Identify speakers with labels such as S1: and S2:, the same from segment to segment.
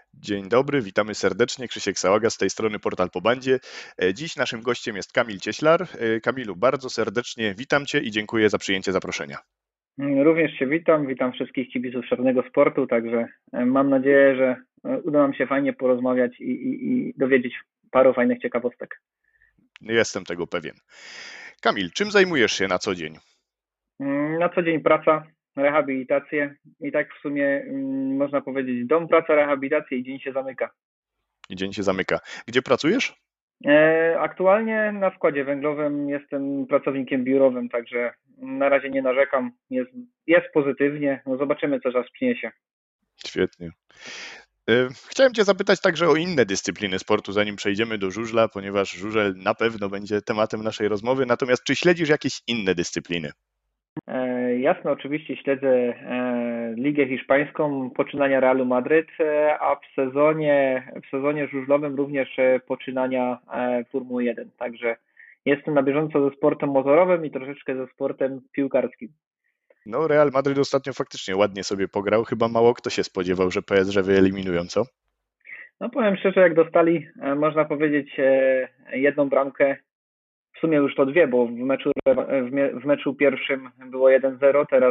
S1: Dzień dobry, witamy serdecznie. Krzysiek Sałaga z tej strony Portal po Bandzie. Dziś naszym gościem jest Kamil Cieślar. Kamilu, bardzo serdecznie witam Cię i dziękuję za przyjęcie zaproszenia.
S2: Również Cię witam wszystkich kibiców szarnego sportu, także mam nadzieję, że uda nam się fajnie porozmawiać i dowiedzieć paru fajnych ciekawostek.
S1: Jestem tego pewien. Kamil, czym zajmujesz się na co dzień?
S2: Na co dzień praca, rehabilitacje i tak w sumie można powiedzieć dom, praca, rehabilitacje i dzień się zamyka.
S1: I dzień się zamyka. Gdzie pracujesz?
S2: Aktualnie na składzie węglowym jestem pracownikiem biurowym, także na razie nie narzekam, jest pozytywnie, no zobaczymy co czas przyniesie.
S1: Świetnie. Chciałem Cię zapytać także o inne dyscypliny sportu, zanim przejdziemy do żużla, ponieważ żużel na pewno będzie tematem naszej rozmowy. Natomiast czy śledzisz jakieś inne dyscypliny?
S2: Jasno, oczywiście śledzę Ligę Hiszpańską, poczynania Realu Madryt, a w sezonie żużlowym również poczynania Formuły 1. Także jestem na bieżąco ze sportem motorowym i troszeczkę ze sportem piłkarskim.
S1: No, Real Madryt ostatnio faktycznie ładnie sobie pograł. Chyba mało kto się spodziewał, że PSG wyeliminują, co?
S2: No powiem szczerze, jak dostali, można powiedzieć, jedną bramkę, w sumie już to dwie, bo w meczu pierwszym było 1-0, teraz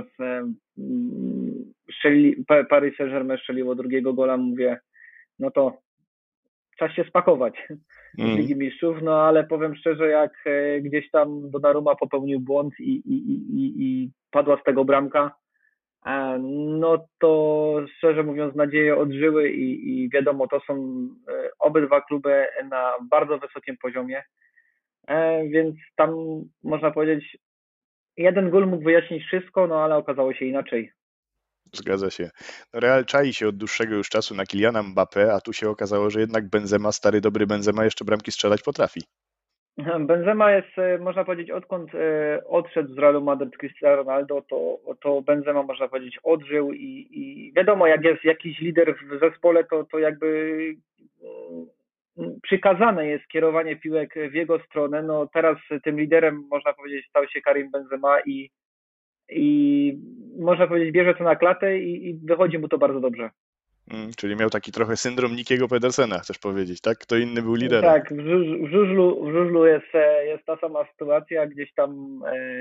S2: Paris Saint-Germain strzeliło drugiego gola, mówię, no to czas się spakować z
S1: Mm.
S2: Ligi Mistrzów, no ale powiem szczerze, jak gdzieś tam Donnarumma popełnił błąd i padła z tego bramka, no to szczerze mówiąc nadzieje odżyły i wiadomo, to są obydwa kluby na bardzo wysokim poziomie, więc tam można powiedzieć, jeden gól mógł wyjaśnić wszystko, no ale okazało się inaczej.
S1: Zgadza się. Real czai się od dłuższego już czasu na Kyliana Mbappé, a tu się okazało, że jednak Benzema, stary dobry Benzema jeszcze bramki strzelać potrafi.
S2: Benzema jest, można powiedzieć, odkąd odszedł z Realu Madryt Cristiano Ronaldo, to Benzema, można powiedzieć, odżył i wiadomo, jak jest jakiś lider w zespole, to jakby przykazane jest kierowanie piłek w jego stronę. No teraz tym liderem, można powiedzieć, stał się Karim Benzema i można powiedzieć, bierze to na klatę i wychodzi mu to bardzo dobrze.
S1: Czyli miał taki trochę syndrom Nickiego Pedersena, chcesz powiedzieć, tak? Kto inny był liderem.
S2: Tak, w żużlu jest ta sama sytuacja, gdzieś tam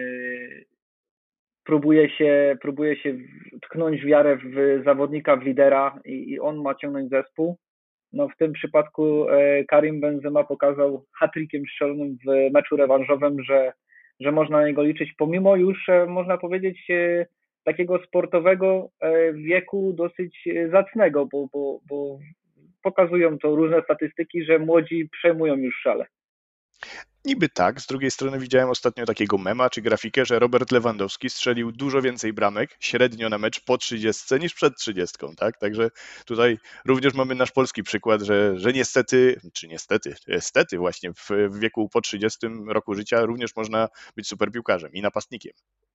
S2: próbuje się tknąć wiarę w zawodnika, w lidera i on ma ciągnąć zespół. No w tym przypadku Karim Benzema pokazał hat-trickiem strzelonym w meczu rewanżowym, że można na niego liczyć, pomimo już można powiedzieć takiego sportowego wieku dosyć zacnego, bo pokazują to różne statystyki, że młodzi przejmują już szale.
S1: Niby tak, z drugiej strony widziałem ostatnio takiego mema czy grafikę, że Robert Lewandowski strzelił dużo więcej bramek średnio na mecz po 30 niż przed 30, tak? Także tutaj również mamy nasz polski przykład, że niestety, czy niestety właśnie w wieku po 30 roku życia również można być super piłkarzem i napastnikiem.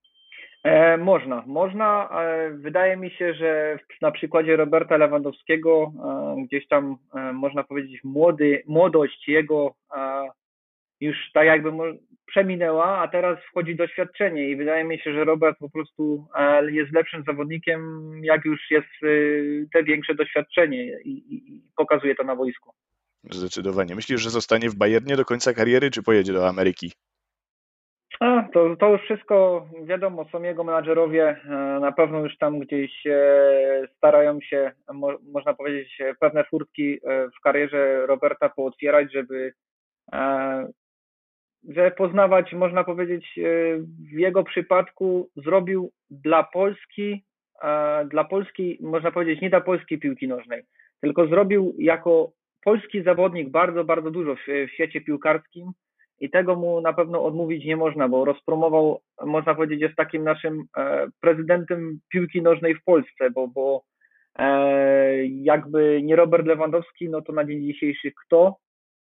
S2: Można. Wydaje mi się, że na przykładzie Roberta Lewandowskiego gdzieś tam można powiedzieć młodość jego już tak jakby przeminęła, a teraz wchodzi doświadczenie i wydaje mi się, że Robert po prostu jest lepszym zawodnikiem, jak już jest te większe doświadczenie i pokazuje to na boisku.
S1: Zdecydowanie. Myślisz, że zostanie w Bayernie do końca kariery, czy pojedzie do Ameryki?
S2: To już wszystko wiadomo, są jego menadżerowie, na pewno już tam gdzieś starają się, można powiedzieć, pewne furtki w karierze Roberta pootwierać, e, żeby poznawać, można powiedzieć, w jego przypadku zrobił dla Polski, można powiedzieć, nie dla polskiej piłki nożnej, tylko zrobił jako polski zawodnik bardzo, bardzo dużo w świecie piłkarskim i tego mu na pewno odmówić nie można, bo rozpromował, można powiedzieć, jest takim naszym prezydentem piłki nożnej w Polsce, bo jakby nie Robert Lewandowski, no to na dzień dzisiejszy kto?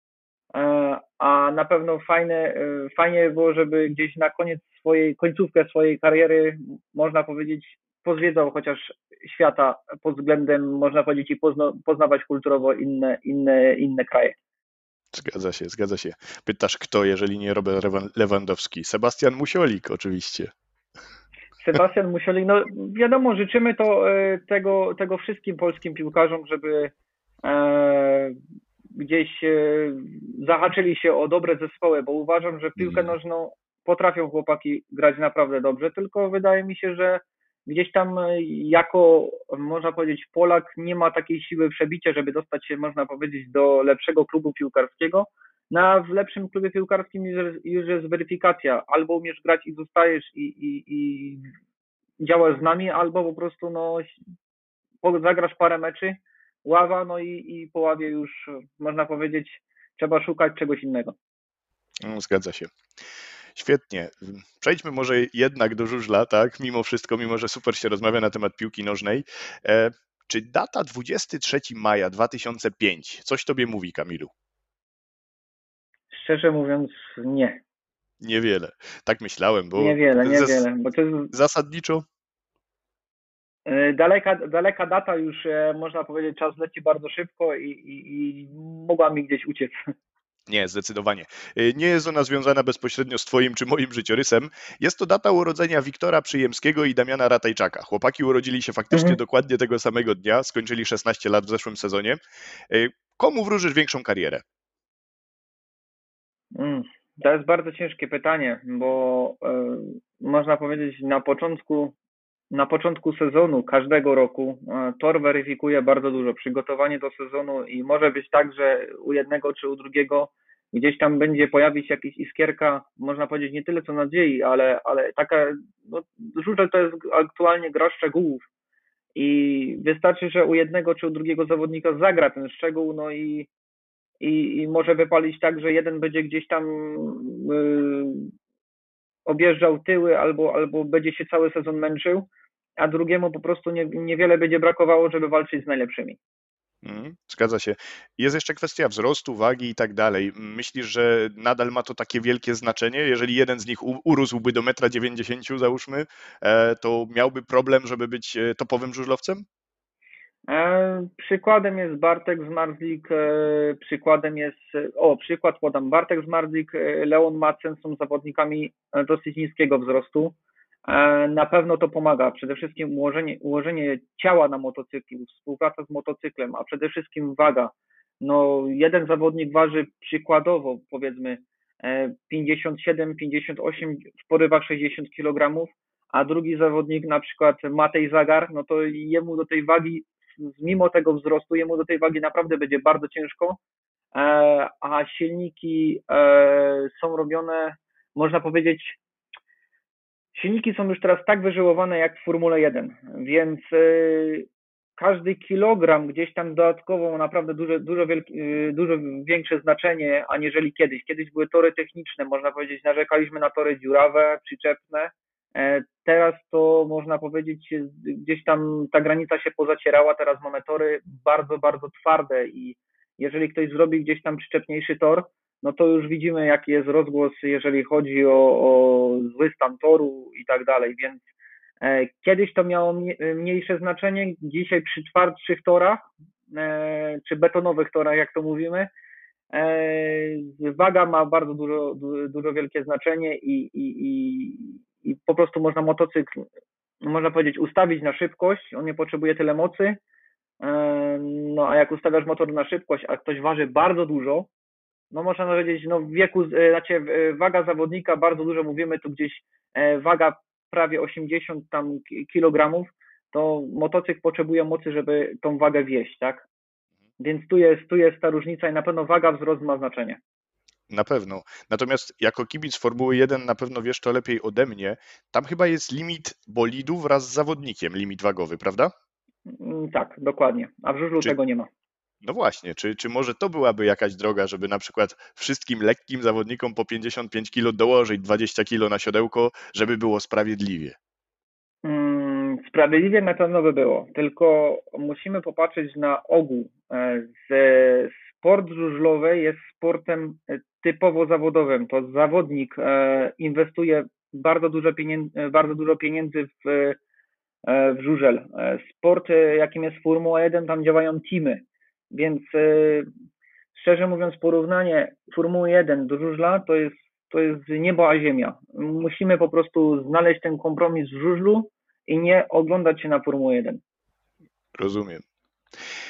S2: A na pewno fajnie było, żeby gdzieś na końcówkę swojej kariery, można powiedzieć, pozwiedzał chociaż świata pod względem, można powiedzieć, i poznawać kulturowo inne kraje.
S1: Zgadza się, zgadza się. Pytasz kto, jeżeli nie Robert Lewandowski? Sebastian Musiolik oczywiście.
S2: Sebastian Musieli, no wiadomo, życzymy tego wszystkim polskim piłkarzom, żeby e, gdzieś zahaczyli się o dobre zespoły, bo uważam, że w piłkę
S1: Mhm.
S2: nożną potrafią chłopaki grać naprawdę dobrze, tylko wydaje mi się, że gdzieś tam jako, można powiedzieć, Polak nie ma takiej siły przebicia, żeby dostać się, można powiedzieć, do lepszego klubu piłkarskiego. W lepszym klubie piłkarskim już jest weryfikacja. Albo umiesz grać i zostajesz i działasz z nami, albo po prostu no, zagrasz parę meczy, ława, no i po ławie już, można powiedzieć, trzeba szukać czegoś innego.
S1: No, zgadza się. Świetnie. Przejdźmy może jednak do żużla, tak? Mimo wszystko, mimo że super się rozmawia na temat piłki nożnej. Czy data 23 maja 2005 coś tobie mówi, Kamilu?
S2: Szczerze mówiąc, nie.
S1: Niewiele. Tak myślałem, bo
S2: Niewiele, niewiele, bo to jest
S1: zasadniczo
S2: daleka data już, można powiedzieć, czas leci bardzo szybko i mogła mi gdzieś uciec.
S1: nie, zdecydowanie. Nie jest ona związana bezpośrednio z twoim czy moim życiorysem. Jest to data urodzenia Wiktora Przyjemskiego i Damiana Ratajczaka. Chłopaki urodzili się faktycznie
S2: Mhm.
S1: dokładnie tego samego dnia, skończyli 16 lat w zeszłym sezonie. Komu wróżysz większą karierę?
S2: Mm. To jest bardzo ciężkie pytanie, bo można powiedzieć na początku sezonu każdego roku tor weryfikuje bardzo dużo. Przygotowanie do sezonu i może być tak, że u jednego czy u drugiego gdzieś tam będzie pojawić jakaś iskierka, można powiedzieć nie tyle co nadziei, ale taka, no, żużel to jest aktualnie gra szczegółów i wystarczy, że u jednego czy u drugiego zawodnika zagra ten szczegół, no i może wypalić tak, że jeden będzie gdzieś tam objeżdżał tyły albo będzie się cały sezon męczył, a drugiemu po prostu niewiele będzie brakowało, żeby walczyć z najlepszymi.
S1: Zgadza się. Jest jeszcze kwestia wzrostu, wagi i tak dalej. Myślisz, że nadal ma to takie wielkie znaczenie? Jeżeli jeden z nich urósłby do 1,90 m, załóżmy, to miałby problem, żeby być topowym żużlowcem?
S2: Przykładem jest Bartek Zmarzlik, przykład podam. Bartek Zmarzlik, Leon Madsen są zawodnikami dosyć niskiego wzrostu. Na pewno to pomaga. Przede wszystkim ułożenie ciała na motocyklu, współpraca z motocyklem, a przede wszystkim waga. No, jeden zawodnik waży przykładowo, powiedzmy, 57-58 w porywach 60 kg, a drugi zawodnik, na przykład Matej Zagar, no to jemu do tej wagi, mimo tego wzrostu, jemu do tej wagi naprawdę będzie bardzo ciężko, a silniki są robione, można powiedzieć, silniki są już teraz tak wyżyłowane jak w Formule 1, więc każdy kilogram gdzieś tam dodatkowo ma naprawdę dużo większe znaczenie aniżeli kiedyś. Kiedyś były tory techniczne, można powiedzieć, narzekaliśmy na tory dziurawe, przyczepne. Teraz to można powiedzieć, gdzieś tam ta granica się pozacierała, teraz mamy tory bardzo, bardzo twarde i jeżeli ktoś zrobi gdzieś tam przyczepniejszy tor, no to już widzimy, jaki jest rozgłos, jeżeli chodzi o zły stan toru i tak dalej, więc kiedyś to miało mniejsze znaczenie, dzisiaj przy twardszych torach, czy betonowych torach, jak to mówimy, waga ma bardzo dużo wielkie znaczenie i po prostu można motocykl, można powiedzieć, ustawić na szybkość, on nie potrzebuje tyle mocy, no a jak ustawiasz motor na szybkość, a ktoś waży bardzo dużo, no można powiedzieć, no w wieku, znaczy waga zawodnika, bardzo dużo mówimy, tu gdzieś waga prawie 80 tam kilogramów, to motocykl potrzebuje mocy, żeby tą wagę wieść, tak? Więc tu jest ta różnica i na pewno waga, wzrost ma znaczenie.
S1: Na pewno. Natomiast jako kibic Formuły 1 na pewno wiesz to lepiej ode mnie. Tam chyba jest limit bolidu wraz z zawodnikiem, limit wagowy, prawda?
S2: Tak, dokładnie. A w żużlu
S1: Czy,
S2: tego nie ma.
S1: no właśnie, czy może to byłaby jakaś droga, żeby na przykład wszystkim lekkim zawodnikom po 55 kg dołożyć 20 kg na siodełko, żeby było sprawiedliwie?
S2: Sprawiedliwie na pewno by było, tylko musimy popatrzeć na ogół. Sport żużlowy jest sportem typowo zawodowym. To zawodnik inwestuje bardzo dużo pieniędzy w żużel. Sport, jakim jest Formuła 1, tam działają teamy, więc szczerze mówiąc, porównanie Formuły 1 do żużla to jest niebo a ziemia. Musimy po prostu znaleźć ten kompromis w żużlu i nie oglądać się na Formułę 1.
S1: Rozumiem.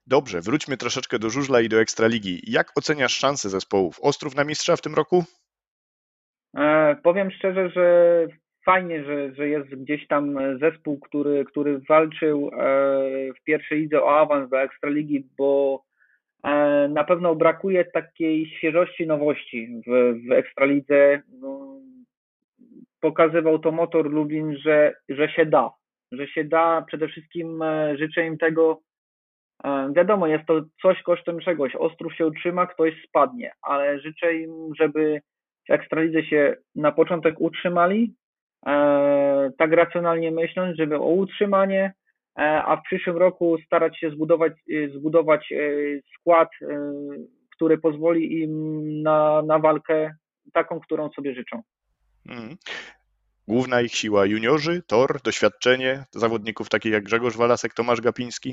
S1: Dobrze, wróćmy troszeczkę do żużla i do Ekstraligi. Jak oceniasz szanse zespołów? Ostrów na mistrza w tym roku?
S2: Powiem szczerze, że fajnie, że jest gdzieś tam zespół, który walczył w pierwszej lidze o awans do Ekstraligi, bo na pewno brakuje takiej świeżości, nowości w Ekstralidze. No, pokazywał to Motor Lublin, że się da. Że się da. Przede wszystkim życzę im tego. Wiadomo, jest to coś kosztem czegoś. Ostrów się utrzyma, ktoś spadnie, ale życzę im, żeby w Ekstralidze się na początek utrzymali, tak racjonalnie myśląc, żeby o utrzymanie, a w przyszłym roku starać się zbudować skład, który pozwoli im na walkę taką, którą sobie życzą.
S1: Mhm. Główna ich siła juniorzy, tor, doświadczenie zawodników takich jak Grzegorz Walasek, Tomasz Gapiński.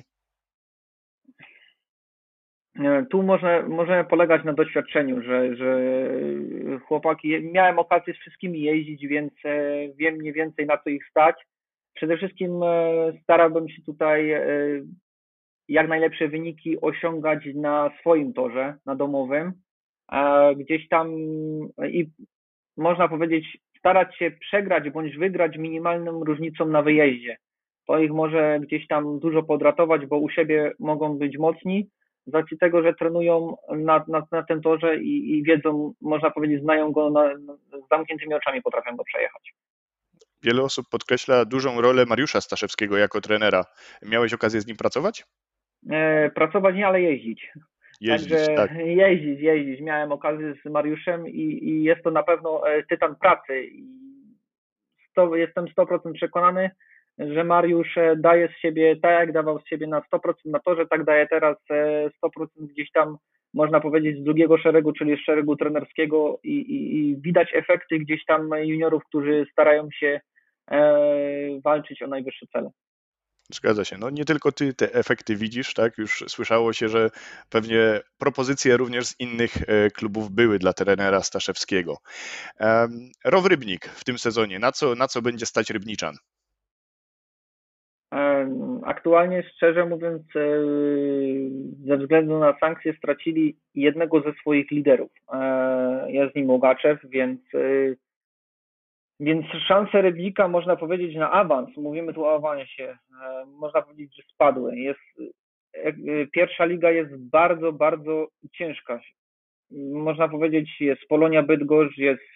S2: Tu możemy polegać na doświadczeniu, że chłopaki, miałem okazję z wszystkimi jeździć, więc wiem mniej więcej na co ich stać. Przede wszystkim starałbym się tutaj jak najlepsze wyniki osiągać na swoim torze, na domowym. Gdzieś tam i można powiedzieć starać się przegrać bądź wygrać minimalną różnicą na wyjeździe. To ich może gdzieś tam dużo podratować, bo u siebie mogą być mocni, z racji tego, że trenują na tym torze i wiedzą, można powiedzieć, znają go z zamkniętymi oczami, potrafią go przejechać.
S1: Wiele osób podkreśla dużą rolę Mariusza Staszewskiego jako trenera. Miałeś okazję z nim pracować?
S2: Pracować nie, ale jeździć.
S1: Jeździć,
S2: Także
S1: tak.
S2: jeździć. Miałem okazję z Mariuszem i jest to na pewno tytan pracy. Jestem 100% przekonany, że Mariusz daje z siebie, tak jak dawał z siebie na 100% na torze, tak daje teraz 100% gdzieś tam, można powiedzieć, z drugiego szeregu, czyli z szeregu trenerskiego i widać efekty gdzieś tam juniorów, którzy starają się walczyć o najwyższe cele.
S1: Zgadza się. No nie tylko ty te efekty widzisz, tak? Już słyszało się, że pewnie propozycje również z innych klubów były dla trenera Staszewskiego. Row Rybnik w tym sezonie. Na co będzie stać Rybniczan?
S2: Aktualnie, szczerze mówiąc, ze względu na sankcje stracili jednego ze swoich liderów. Jest nim Łogaczew, więc szanse Rybnika, można powiedzieć, na awans, mówimy tu o awansie, można powiedzieć, że spadły. Pierwsza liga jest bardzo, bardzo ciężka. Można powiedzieć, jest Polonia Bydgoszcz, jest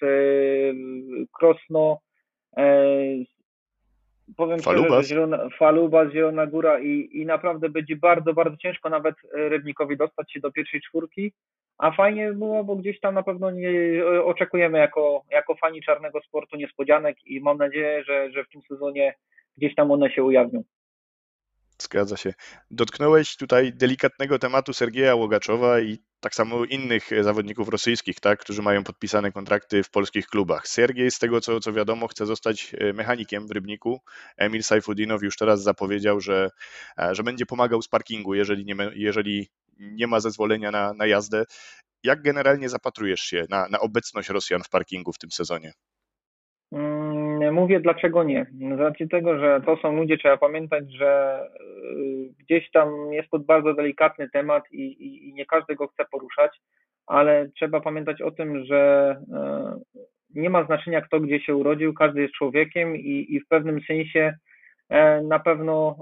S2: Krosno, e, powiem szczerze, że
S1: Falubas?
S2: Faluba, Zielona Góra i naprawdę będzie bardzo, bardzo ciężko nawet Rybnikowi dostać się do pierwszej czwórki, a fajnie było, bo gdzieś tam na pewno nie oczekujemy jako fani czarnego sportu niespodzianek i mam nadzieję, że w tym sezonie gdzieś tam one się ujawnią.
S1: Zgadza się. Dotknąłeś tutaj delikatnego tematu Sergieja Łogaczowa i tak samo innych zawodników rosyjskich, tak, którzy mają podpisane kontrakty w polskich klubach. Sergiej, z tego co wiadomo, chce zostać mechanikiem w Rybniku. Emil Sajfudinow już teraz zapowiedział, że będzie pomagał z parkingu, jeżeli nie ma zezwolenia na jazdę. Jak generalnie zapatrujesz się na obecność Rosjan w parkingu w tym sezonie?
S2: Mówię dlaczego nie. Z racji tego, że to są ludzie, trzeba pamiętać, że gdzieś tam jest to bardzo delikatny temat i nie każdy go chce poruszać, ale trzeba pamiętać o tym, że nie ma znaczenia kto gdzie się urodził, każdy jest człowiekiem i w pewnym sensie na pewno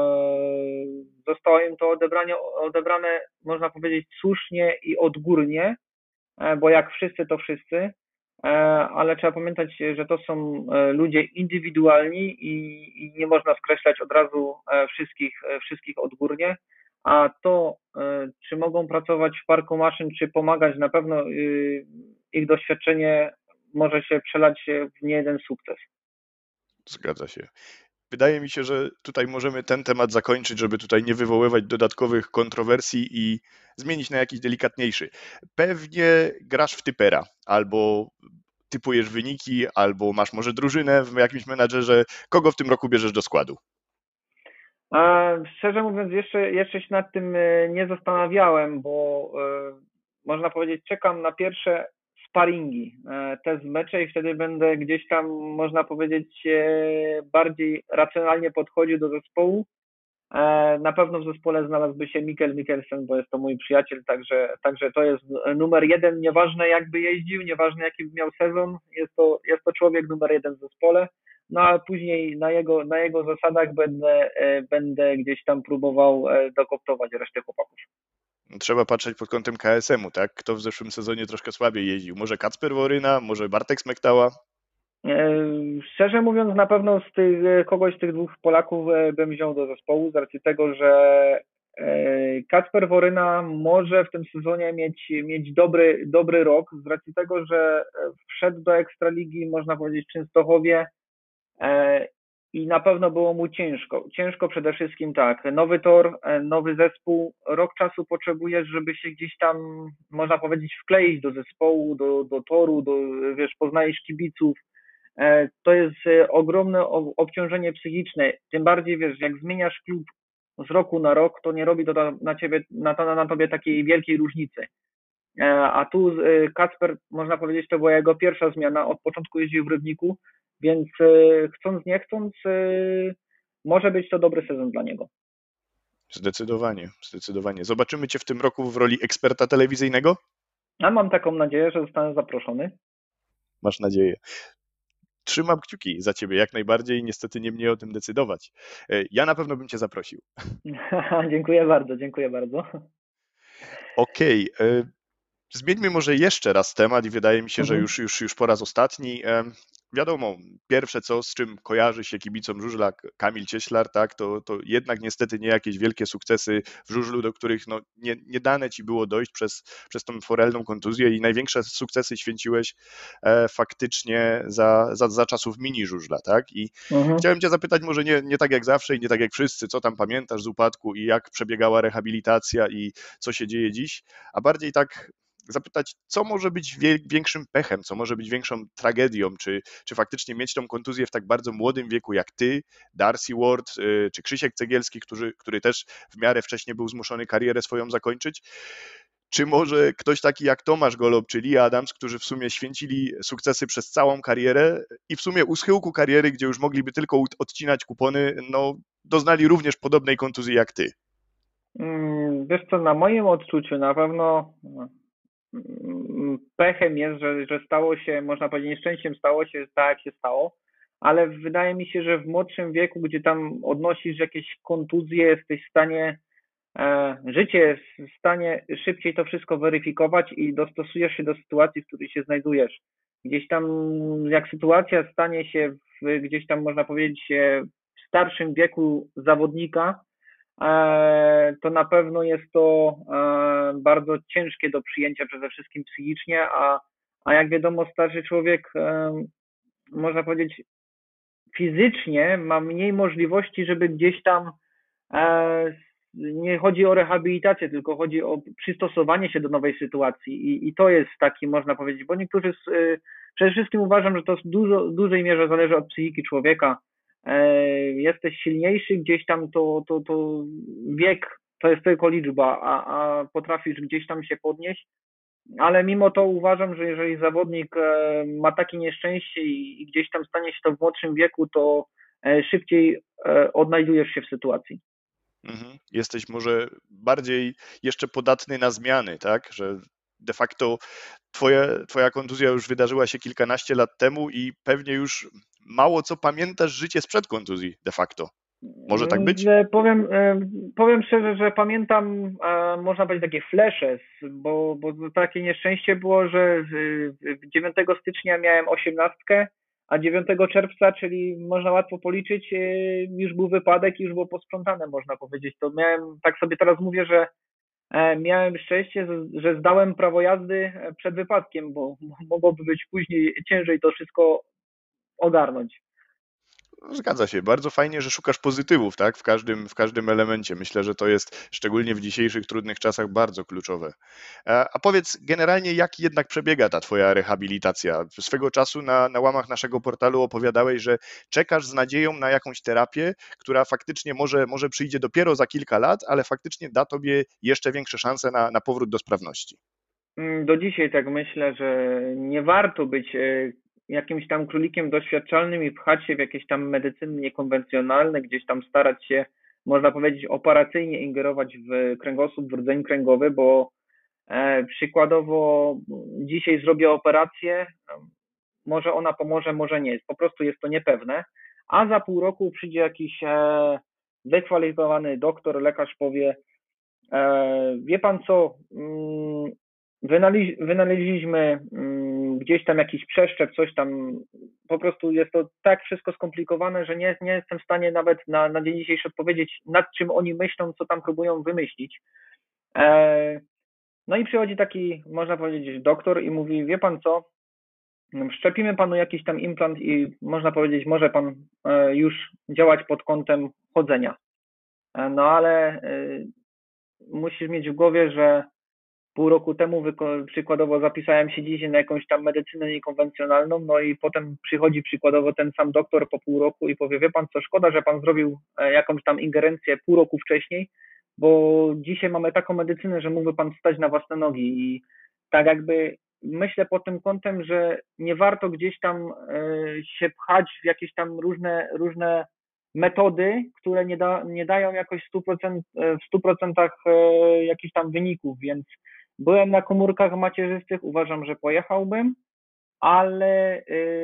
S2: zostało im to odebrane, można powiedzieć, słusznie i odgórnie, bo jak wszyscy, to wszyscy, ale trzeba pamiętać, że to są ludzie indywidualni i nie można skreślać od razu wszystkich odgórnie, a to, czy mogą pracować w parku maszyn, czy pomagać, na pewno ich doświadczenie może się przelać w niejeden sukces.
S1: Zgadza się. Wydaje mi się, że tutaj możemy ten temat zakończyć, żeby tutaj nie wywoływać dodatkowych kontrowersji i zmienić na jakiś delikatniejszy. Pewnie grasz w typera, albo typujesz wyniki, albo masz może drużynę w jakimś menadżerze. Kogo w tym roku bierzesz do składu?
S2: Szczerze mówiąc, jeszcze się nad tym nie zastanawiałem, bo można powiedzieć, czekam na pierwsze sparingi, te z mecze i wtedy będę gdzieś tam, można powiedzieć, bardziej racjonalnie podchodził do zespołu. Na pewno w zespole znalazłby się Mikkel Mikkelsen, bo jest to mój przyjaciel, także to jest numer jeden, nieważne jakby jeździł, nieważne jaki by miał sezon, jest to człowiek numer jeden w zespole, no a później na jego zasadach będę gdzieś tam próbował dokoptować resztę chłopaków.
S1: Trzeba patrzeć pod kątem KSM-u, tak? Kto w zeszłym sezonie troszkę słabiej jeździł? Może Kacper Woryna, może Bartek Smektała?
S2: Szczerze mówiąc, na pewno kogoś z tych dwóch Polaków bym wziął do zespołu z racji tego, że Kacper Woryna może w tym sezonie mieć dobry rok z racji tego, że wszedł do Ekstraligi, można powiedzieć, w Częstochowie e, i na pewno było mu ciężko. Ciężko przede wszystkim tak, nowy tor, nowy zespół, rok czasu potrzebujesz, żeby się gdzieś tam, można powiedzieć, wkleić do zespołu, do toru, wiesz, poznajesz kibiców, to jest ogromne obciążenie psychiczne. Tym bardziej, wiesz, jak zmieniasz klub z roku na rok, to nie robi to na tobie takiej wielkiej różnicy. A tu Kacper, można powiedzieć, to była jego pierwsza zmiana. Od początku jeździł w Rybniku, więc chcąc nie chcąc, może być to dobry sezon dla niego.
S1: Zdecydowanie, zdecydowanie. Zobaczymy Cię w tym roku w roli eksperta telewizyjnego?
S2: A mam taką nadzieję, że zostanę zaproszony.
S1: Masz nadzieję. Trzymam kciuki za Ciebie jak najbardziej, niestety nie mnie o tym decydować. Ja na pewno bym Cię zaprosił.
S2: Dziękuję bardzo, dziękuję bardzo.
S1: Okej, zmieńmy może jeszcze raz temat i wydaje mi się, że
S2: Mhm.
S1: już po raz ostatni. Wiadomo, pierwsze co, z czym kojarzy się kibicom żużla Kamil Cieślar, tak, to jednak niestety nie jakieś wielkie sukcesy w żużlu, do których no, nie dane ci było dojść przez tą forelną kontuzję i największe sukcesy święciłeś faktycznie za czasów mini żużla, tak? I
S2: Mhm.
S1: chciałem cię zapytać może nie tak jak zawsze i nie tak jak wszyscy, co tam pamiętasz z upadku i jak przebiegała rehabilitacja i co się dzieje dziś, a bardziej tak zapytać, co może być większym pechem, co może być większą tragedią, czy faktycznie mieć tą kontuzję w tak bardzo młodym wieku jak ty, Darcy Ward, czy Krzysiek Cegielski, który też w miarę wcześnie był zmuszony karierę swoją zakończyć, czy może ktoś taki jak Tomasz Golob czy Lee Adams, którzy w sumie święcili sukcesy przez całą karierę i w sumie u schyłku kariery, gdzie już mogliby tylko odcinać kupony, no doznali również podobnej kontuzji jak ty.
S2: Wiesz co, na moim odczuciu na pewno pechem jest, że stało się, można powiedzieć, nieszczęściem stało się tak, jak się stało, ale wydaje mi się, że w młodszym wieku, gdzie tam odnosisz jakieś kontuzje, jesteś w stanie, życie jest w stanie szybciej to wszystko weryfikować i dostosujesz się do sytuacji, w której się znajdujesz. Gdzieś tam, jak sytuacja stanie się gdzieś tam, można powiedzieć, w starszym wieku zawodnika, to na pewno jest to bardzo ciężkie do przyjęcia przede wszystkim psychicznie, a jak wiadomo starszy człowiek, można powiedzieć, fizycznie ma mniej możliwości, żeby gdzieś tam nie chodzi o rehabilitację, tylko chodzi o przystosowanie się do nowej sytuacji i to jest taki, można powiedzieć, bo niektórzy, przede wszystkim uważam, że to w dużej mierze zależy od psychiki człowieka. Jesteś silniejszy, gdzieś tam to wiek to jest tylko liczba, a potrafisz gdzieś tam się podnieść, ale mimo to uważam, że jeżeli zawodnik ma takie nieszczęście i gdzieś tam stanie się to w młodszym wieku, to szybciej odnajdujesz się w sytuacji.
S1: Mhm. Jesteś może bardziej jeszcze podatny na zmiany, tak? Że de facto twoja kontuzja już wydarzyła się kilkanaście lat temu i pewnie już mało co pamiętasz życie sprzed kontuzji de facto. Może tak być?
S2: Powiem szczerze, że pamiętam, można powiedzieć, takie flesze, bo takie nieszczęście było, że 9 stycznia miałem 18, a 9 czerwca, czyli można łatwo policzyć, już był wypadek i już było posprzątane, można powiedzieć. To miałem, tak sobie teraz mówię, że miałem szczęście, że zdałem prawo jazdy przed wypadkiem, bo mogłoby być później ciężej to wszystko ogarnąć.
S1: No, zgadza się. Bardzo fajnie, że szukasz pozytywów, tak? W każdym elemencie. Myślę, że to jest szczególnie w dzisiejszych trudnych czasach bardzo kluczowe. A powiedz generalnie, jak jednak przebiega ta twoja rehabilitacja? Swego czasu na łamach naszego portalu opowiadałeś, że czekasz z nadzieją na jakąś terapię, która faktycznie może przyjdzie dopiero za kilka lat, ale faktycznie da tobie jeszcze większe szanse na powrót do sprawności.
S2: Do dzisiaj tak myślę, że nie warto być jakimś tam królikiem doświadczalnym i pchać się w jakieś tam medycyny niekonwencjonalne, gdzieś tam starać się można powiedzieć, operacyjnie ingerować w kręgosłup, w rdzeń kręgowy, bo przykładowo dzisiaj zrobię operację, może ona pomoże, może nie. Po prostu jest to niepewne, a za pół roku przyjdzie jakiś wykwalifikowany doktor, lekarz powie, wie pan co, wynaleźliśmy gdzieś tam jakiś przeszczep, coś tam, po prostu jest to tak wszystko skomplikowane, że nie jestem w stanie nawet na dzień dzisiejszy odpowiedzieć, nad czym oni myślą, co tam próbują wymyślić. No i przychodzi taki, można powiedzieć, doktor i mówi, wie pan co, szczepimy panu jakiś tam implant i można powiedzieć, może pan już działać pod kątem chodzenia. No ale musisz mieć w głowie, że pół roku temu przykładowo zapisałem się dzisiaj na jakąś tam medycynę niekonwencjonalną, no i potem przychodzi przykładowo ten sam doktor po pół roku i powie, wie pan co, szkoda, że pan zrobił jakąś tam ingerencję pół roku wcześniej, bo dzisiaj mamy taką medycynę, że mógłby pan stać na własne nogi i tak jakby myślę pod tym kątem, że nie warto gdzieś tam się pchać w jakieś tam różne metody, które nie dają jakoś w 100% jakichś tam wyników, więc byłem na komórkach macierzystych, uważam, że pojechałbym, ale,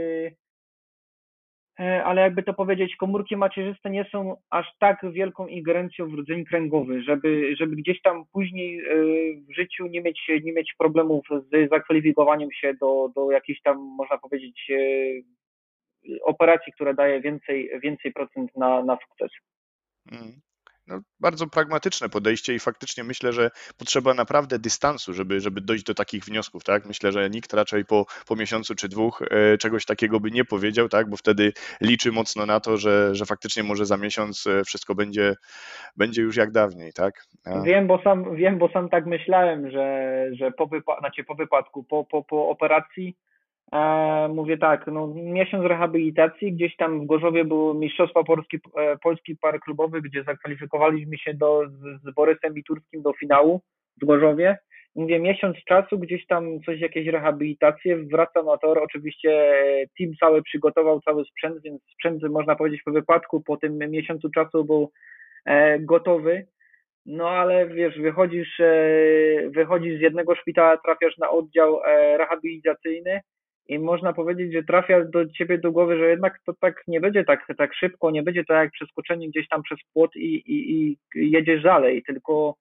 S2: ale jakby to powiedzieć, komórki macierzyste nie są aż tak wielką ingerencją w rdzeń kręgowy, żeby gdzieś tam później w życiu nie mieć problemów z zakwalifikowaniem się do jakiejś tam, można powiedzieć, operacji, która daje więcej procent na sukces.
S1: Mm. No, bardzo pragmatyczne podejście i faktycznie myślę, że potrzeba naprawdę dystansu, żeby dojść do takich wniosków, tak? Myślę, że nikt raczej po miesiącu czy dwóch czegoś takiego by nie powiedział, tak? Bo wtedy liczy mocno na to, że faktycznie może za miesiąc wszystko będzie już jak dawniej, tak?
S2: Wiem, bo sam tak myślałem, że po wypadku, po operacji mówię tak, no miesiąc rehabilitacji, gdzieś tam w Gorzowie było Mistrzostwa Polski Pary Klubowych, gdzie zakwalifikowaliśmy się z Borysem Witurskim do finału w Gorzowie. Mówię, miesiąc czasu, gdzieś tam jakieś rehabilitacje, wracam na tor, oczywiście team cały przygotował cały sprzęt, więc sprzęt można powiedzieć po wypadku, po tym miesiącu czasu był gotowy. No ale wiesz, wychodzisz z jednego szpitala, trafiasz na oddział rehabilitacyjny i można powiedzieć, że trafia do ciebie do głowy, że jednak to tak nie będzie tak szybko, nie będzie to jak przeskoczenie gdzieś tam przez płot i jedziesz dalej, tylko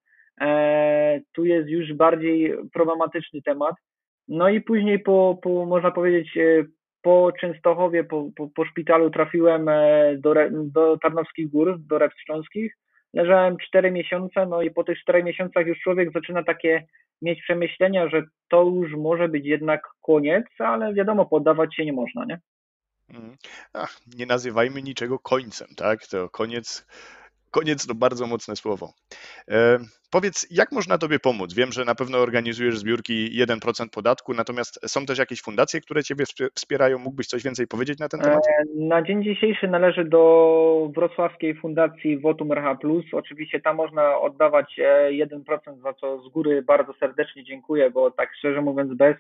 S2: tu jest już bardziej problematyczny temat. No i później można powiedzieć, po Częstochowie, po szpitalu trafiłem do Tarnowskich Gór, do Rep Śląskich. Leżałem 4 miesiące, no i po tych 4 miesiącach już człowiek zaczyna takie mieć przemyślenia, że to już może być jednak koniec, ale wiadomo, poddawać się nie można, nie?
S1: Mm. Nie nazywajmy niczego końcem, tak? To koniec to bardzo mocne słowo. Powiedz, jak można Tobie pomóc? Wiem, że na pewno organizujesz zbiórki 1% podatku, natomiast są też jakieś fundacje, które Ciebie wspierają. Mógłbyś coś więcej powiedzieć na ten temat?
S2: Na dzień dzisiejszy należy do Wrocławskiej Fundacji Votum Reha Plus. Oczywiście tam można oddawać 1%, za co z góry bardzo serdecznie dziękuję, bo tak szczerze mówiąc bez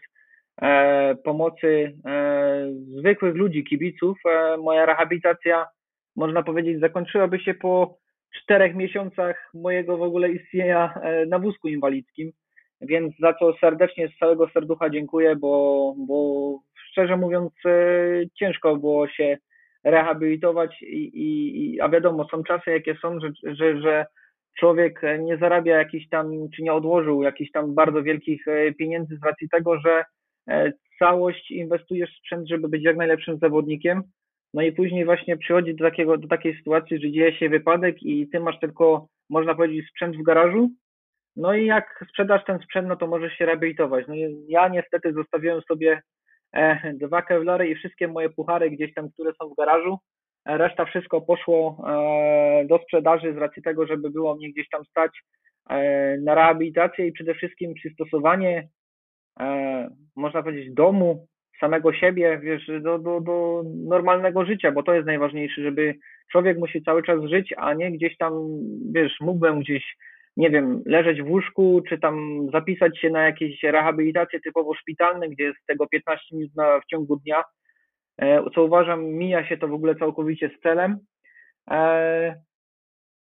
S2: pomocy zwykłych ludzi, kibiców, moja rehabilitacja, można powiedzieć, zakończyłaby się po 4 miesiącach mojego w ogóle istnienia na wózku inwalidzkim. Więc za co serdecznie z całego serducha dziękuję, bo szczerze mówiąc ciężko było się rehabilitować a wiadomo, są czasy jakie są, że człowiek nie zarabia jakichś tam, czy nie odłożył jakichś tam bardzo wielkich pieniędzy z racji tego, że całość inwestujesz w sprzęt, żeby być jak najlepszym zawodnikiem. No i później właśnie przychodzi do takiej sytuacji, że dzieje się wypadek i ty masz tylko, można powiedzieć, sprzęt w garażu. No i jak sprzedasz ten sprzęt, no to możesz się rehabilitować. No ja niestety zostawiłem sobie 2 kewlary i wszystkie moje puchary gdzieś tam, które są w garażu. Reszta wszystko poszło do sprzedaży z racji tego, żeby było mnie gdzieś tam stać na rehabilitację i przede wszystkim przystosowanie, można powiedzieć, domu, samego siebie, wiesz, do normalnego życia, bo to jest najważniejsze, żeby człowiek musi cały czas żyć, a nie gdzieś tam, wiesz, mógłbym gdzieś, nie wiem, leżeć w łóżku, czy tam zapisać się na jakieś rehabilitacje typowo szpitalne, gdzie jest tego 15 minut w ciągu dnia, co uważam, mija się to w ogóle całkowicie z celem.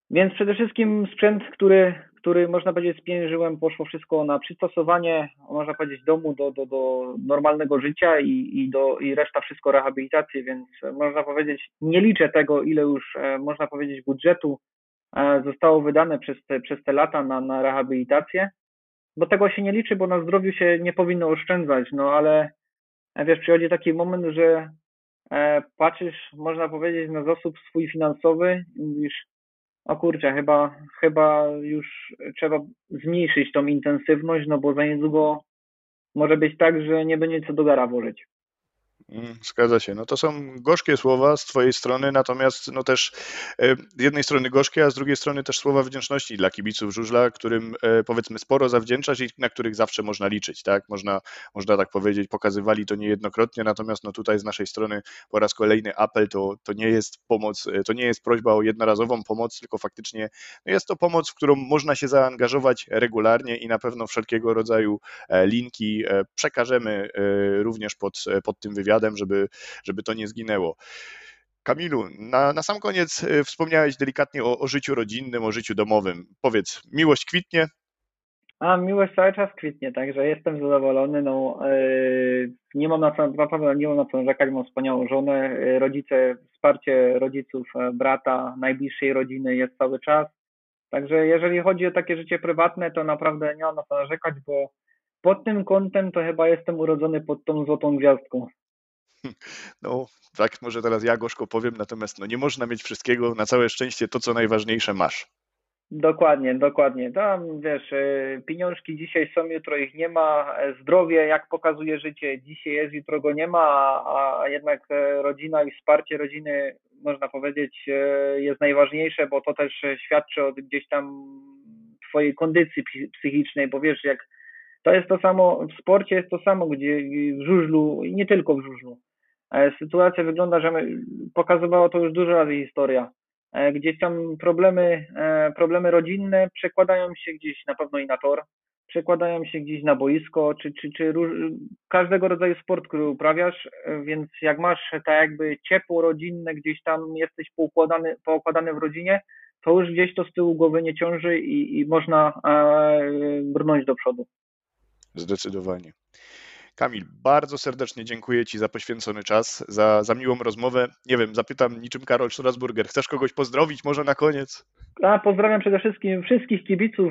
S2: Więc przede wszystkim sprzęt, który można powiedzieć spieniżyłem, poszło wszystko na przystosowanie, można powiedzieć, domu do normalnego życia i reszta wszystko rehabilitację, więc można powiedzieć, nie liczę tego, ile już można powiedzieć budżetu zostało wydane przez te lata na rehabilitację, bo tego się nie liczy, bo na zdrowiu się nie powinno oszczędzać, no ale wiesz, przychodzi taki moment, że patrzysz, można powiedzieć, na zasób swój finansowy i mówisz, o kurczę, chyba już trzeba zmniejszyć tą intensywność, no bo za niedługo może być tak, że nie będzie co do gara włożyć.
S1: Zgadza się. No to są gorzkie słowa z twojej strony, natomiast no też z jednej strony gorzkie, a z drugiej strony też słowa wdzięczności dla kibiców żużla, którym powiedzmy sporo zawdzięczasz i na których zawsze można liczyć, tak? Można tak powiedzieć, pokazywali to niejednokrotnie, natomiast no tutaj z naszej strony po raz kolejny apel, to nie jest pomoc, to nie jest prośba o jednorazową pomoc, tylko faktycznie no jest to pomoc, w którą można się zaangażować regularnie i na pewno wszelkiego rodzaju linki przekażemy również pod tym wywiadem, żeby to nie zginęło. Kamilu, na sam koniec wspomniałeś delikatnie o życiu rodzinnym, o życiu domowym. Powiedz, miłość kwitnie?
S2: A miłość cały czas kwitnie, także jestem zadowolony. No, nie mam na pewno nie mam na co narzekać, mam wspaniałą żonę, rodzice, wsparcie rodziców, brata, najbliższej rodziny jest cały czas. Także jeżeli chodzi o takie życie prywatne, to naprawdę nie mam na co narzekać, bo pod tym kątem to chyba jestem urodzony pod tą złotą gwiazdką.
S1: No, tak może teraz ja gorzko powiem, natomiast no nie można mieć wszystkiego, na całe szczęście to, co najważniejsze masz.
S2: Dokładnie, dokładnie. Tam wiesz, pieniążki dzisiaj są, jutro ich nie ma. Zdrowie, jak pokazuje życie, dzisiaj jest, jutro go nie ma, a jednak rodzina i wsparcie rodziny, można powiedzieć, jest najważniejsze, bo to też świadczy o gdzieś tam twojej kondycji psychicznej, bo wiesz, jak to jest to samo, w sporcie jest to samo, gdzie w żużlu i nie tylko w żużlu. Sytuacja wygląda, że pokazywała to już dużo razy historia. Gdzieś tam problemy rodzinne przekładają się gdzieś na pewno i na tor, przekładają się gdzieś na boisko, każdego rodzaju sport, który uprawiasz, więc jak masz tak jakby ciepło rodzinne, gdzieś tam jesteś poukładany w rodzinie, to już gdzieś to z tyłu głowy nie ciąży i można brnąć do przodu.
S1: Zdecydowanie. Kamil, bardzo serdecznie dziękuję Ci za poświęcony czas, za miłą rozmowę. Nie wiem, zapytam niczym Karol Strasburger. Chcesz kogoś pozdrowić może na koniec?
S2: Pozdrawiam przede wszystkim wszystkich kibiców,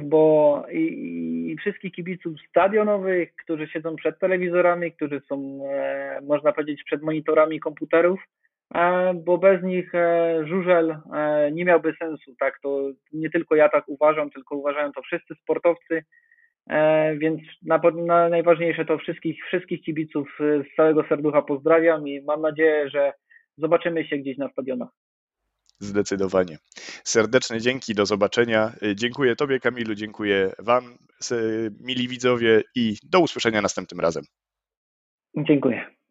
S2: i wszystkich kibiców stadionowych, którzy siedzą przed telewizorami, którzy są, można powiedzieć, przed monitorami komputerów, bo bez nich żużel nie miałby sensu. Tak, to nie tylko ja tak uważam, tylko uważają to wszyscy sportowcy, więc najważniejsze to wszystkich kibiców z całego serducha pozdrawiam i mam nadzieję, że zobaczymy się gdzieś na stadionach.
S1: Zdecydowanie. Serdeczne dzięki, do zobaczenia. Dziękuję Tobie, Kamilu, dziękuję Wam, mili widzowie, i do usłyszenia następnym razem.
S2: Dziękuję.